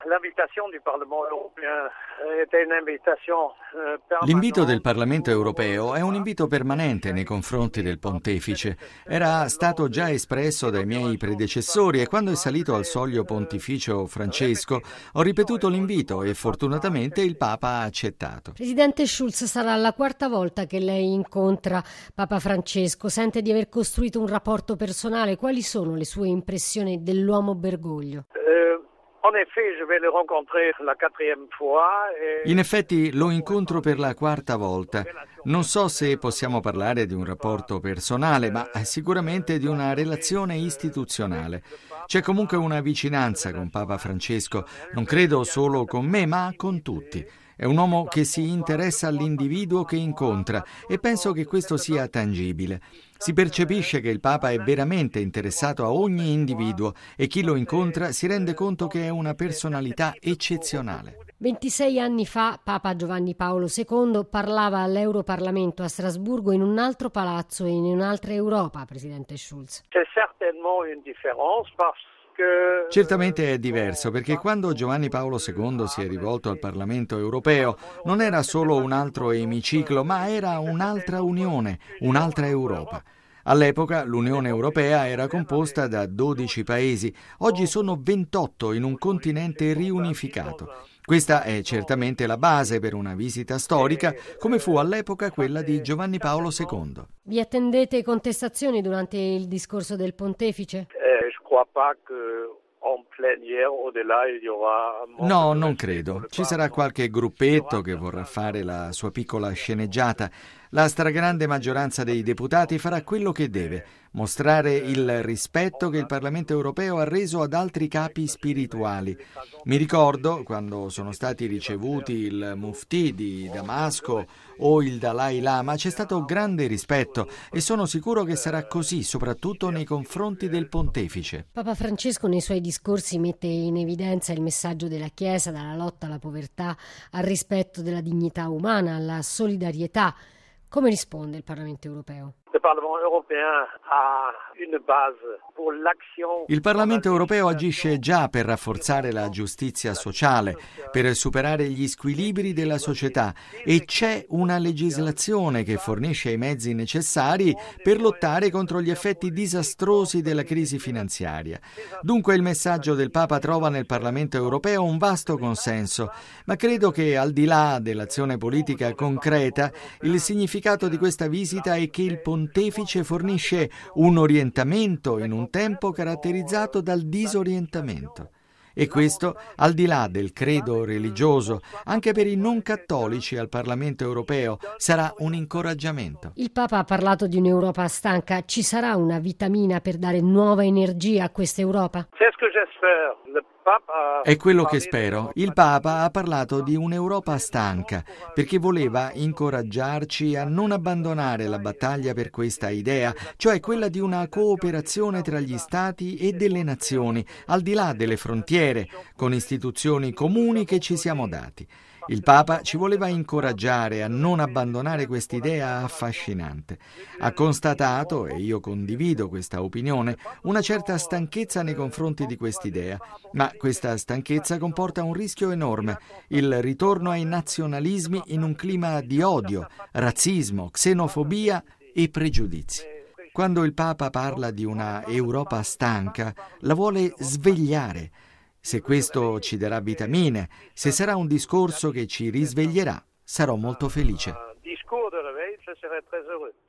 L'invito del Parlamento europeo è un invito permanente nei confronti del pontefice. Era stato già espresso dai miei predecessori e quando è salito al soglio pontificio Francesco ho ripetuto l'invito e fortunatamente il Papa ha accettato. Presidente Schulz, sarà la quarta volta che lei incontra Papa Francesco. Sente di aver costruito un rapporto personale. Quali sono le sue impressioni dell'uomo Bergoglio? In effetti lo incontro per la quarta volta. Non so se possiamo parlare di un rapporto personale, ma sicuramente di una relazione istituzionale. C'è comunque una vicinanza con Papa Francesco, non credo solo con me, ma con tutti. È un uomo che si interessa all'individuo che incontra e penso che questo sia tangibile. Si percepisce che il Papa è veramente interessato a ogni individuo e chi lo incontra si rende conto che è una personalità eccezionale. 26 anni fa Papa Giovanni Paolo II parlava all'Europarlamento a Strasburgo in un altro palazzo e in un'altra Europa, Presidente Schulz. Certamente è diverso perché quando Giovanni Paolo II si è rivolto al Parlamento europeo non era solo un altro emiciclo, ma era un'altra Unione, un'altra Europa. All'epoca l'Unione Europea era composta da 12 paesi, oggi sono 28 in un continente riunificato. Questa è certamente la base per una visita storica, come fu all'epoca quella di Giovanni Paolo II. Vi attendete contestazioni durante il discorso del pontefice? No, non credo. Ci sarà qualche gruppetto che vorrà fare la sua piccola sceneggiata. La stragrande maggioranza dei deputati farà quello che deve, mostrare il rispetto che il Parlamento europeo ha reso ad altri capi spirituali. Mi ricordo quando sono stati ricevuti il Mufti di Damasco o il Dalai Lama, c'è stato grande rispetto e sono sicuro che sarà così, soprattutto nei confronti del pontefice. Papa Francesco nei suoi discorsi mette in evidenza il messaggio della Chiesa, dalla lotta alla povertà al rispetto della dignità umana, alla solidarietà. Come risponde il Parlamento europeo? Il Parlamento europeo agisce già per rafforzare la giustizia sociale, per superare gli squilibri della società e c'è una legislazione che fornisce i mezzi necessari per lottare contro gli effetti disastrosi della crisi finanziaria. Dunque il messaggio del Papa trova nel Parlamento europeo un vasto consenso, ma credo che al di là dell'azione politica concreta, il significato di questa visita è che il pontefice fornisce un orientamento in un tempo caratterizzato dal disorientamento. E questo, al di là del credo religioso, anche per i non cattolici al Parlamento europeo, sarà un incoraggiamento. Il Papa ha parlato di un'Europa stanca. Ci sarà una vitamina per dare nuova energia a questa Europa? È quello che spero. Il Papa ha parlato di un'Europa stanca perché voleva incoraggiarci a non abbandonare la battaglia per questa idea, cioè quella di una cooperazione tra gli Stati e delle nazioni, al di là delle frontiere, con istituzioni comuni che ci siamo dati. Il Papa ci voleva incoraggiare a non abbandonare quest'idea affascinante. Ha constatato, e io condivido questa opinione, una certa stanchezza nei confronti di quest'idea, ma questa stanchezza comporta un rischio enorme, il ritorno ai nazionalismi in un clima di odio, razzismo, xenofobia e pregiudizi. Quando il Papa parla di una Europa stanca, la vuole svegliare. Se questo ci darà vitamine, se sarà un discorso che ci risveglierà, sarò molto felice.